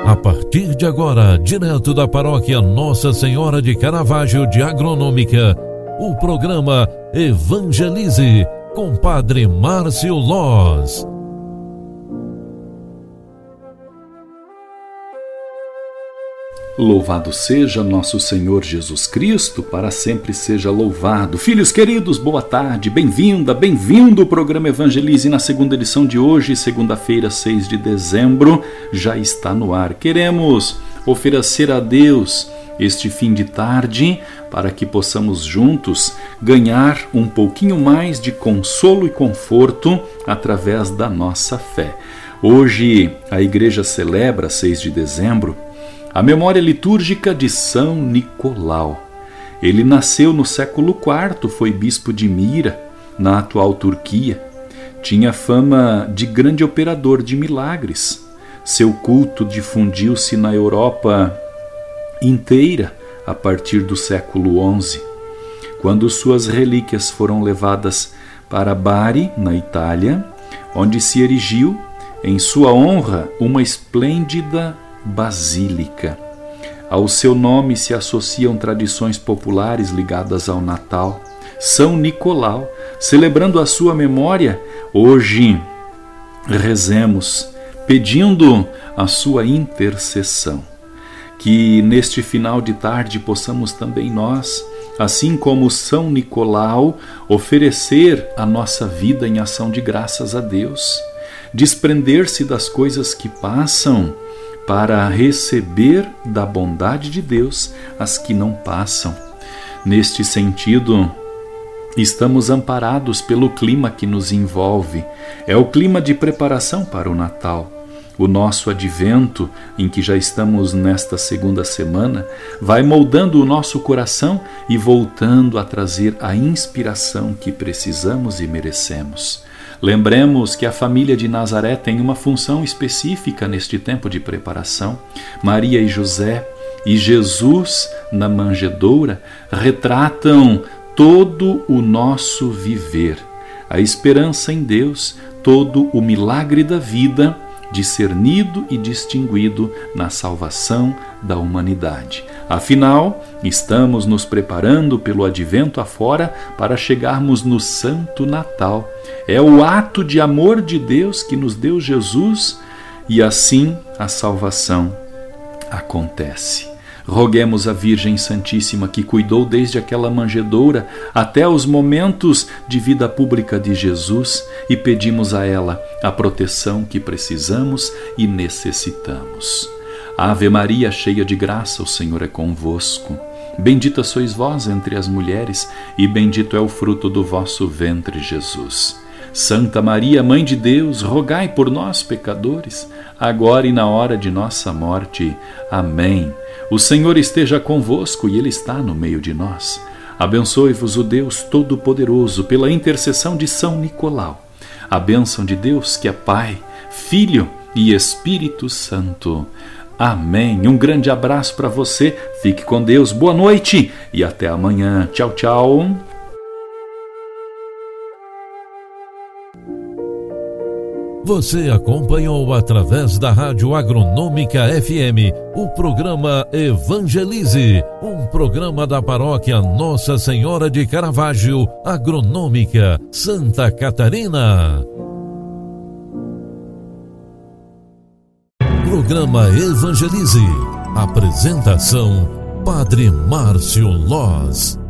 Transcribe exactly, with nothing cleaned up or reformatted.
A partir de agora, direto da paróquia Nossa Senhora de Caravaggio de Agronômica, o programa Evangelize com Padre Márcio Loz. Louvado seja nosso Senhor Jesus Cristo, para sempre seja louvado. Filhos queridos, boa tarde, bem-vinda, bem-vindo ao programa Evangelize na segunda edição de hoje, segunda-feira, seis de dezembro, já está no ar. Queremos oferecer a Deus este fim de tarde para que possamos juntos ganhar um pouquinho mais de consolo e conforto através da nossa fé. Hoje a igreja celebra, seis de dezembro, a memória litúrgica de São Nicolau. Ele nasceu no século quarto, foi bispo de Mira, na atual Turquia. Tinha fama de grande operador de milagres. Seu culto difundiu-se na Europa inteira a partir do século onze, quando suas relíquias foram levadas para Bari, na Itália, onde se erigiu, em sua honra, uma esplêndida basílica. Ao seu nome se associam tradições populares ligadas ao Natal. São Nicolau, celebrando a sua memória, hoje rezemos pedindo a sua intercessão. Que neste final de tarde possamos também nós, assim como São Nicolau, oferecer a nossa vida em ação de graças a Deus, desprender-se das coisas que passam para receber da bondade de Deus as que não passam. Neste sentido, estamos amparados pelo clima que nos envolve. É o clima de preparação para o Natal. O nosso advento, em que já estamos nesta segunda semana, vai moldando o nosso coração e voltando a trazer a inspiração que precisamos e merecemos. Lembremos que a família de Nazaré tem uma função específica neste tempo de preparação. Maria e José e Jesus na manjedoura retratam todo o nosso viver, a esperança em Deus, todo o milagre da vida, discernido e distinguido na salvação da humanidade. Afinal, estamos nos preparando pelo advento afora para chegarmos no Santo Natal. É o ato de amor de Deus que nos deu Jesus e assim a salvação acontece. Roguemos à Virgem Santíssima, que cuidou desde aquela manjedoura até os momentos de vida pública de Jesus, e pedimos a ela a proteção que precisamos e necessitamos. Ave Maria, cheia de graça, o Senhor é convosco. Bendita sois vós entre as mulheres, e bendito é o fruto do vosso ventre, Jesus. Santa Maria, Mãe de Deus, rogai por nós, pecadores, agora e na hora de nossa morte. Amém. O Senhor esteja convosco e Ele está no meio de nós. Abençoe-vos o Deus Todo-Poderoso, pela intercessão de São Nicolau. A bênção de Deus, que é Pai, Filho e Espírito Santo. Amém. Um grande abraço para você. Fique com Deus. Boa noite e até amanhã. Tchau, tchau. Você acompanhou através da Rádio Agronômica F M o programa Evangelize, um programa da paróquia Nossa Senhora de Caravaggio, Agronômica, Santa Catarina. Programa Evangelize. Apresentação: Padre Márcio Loz.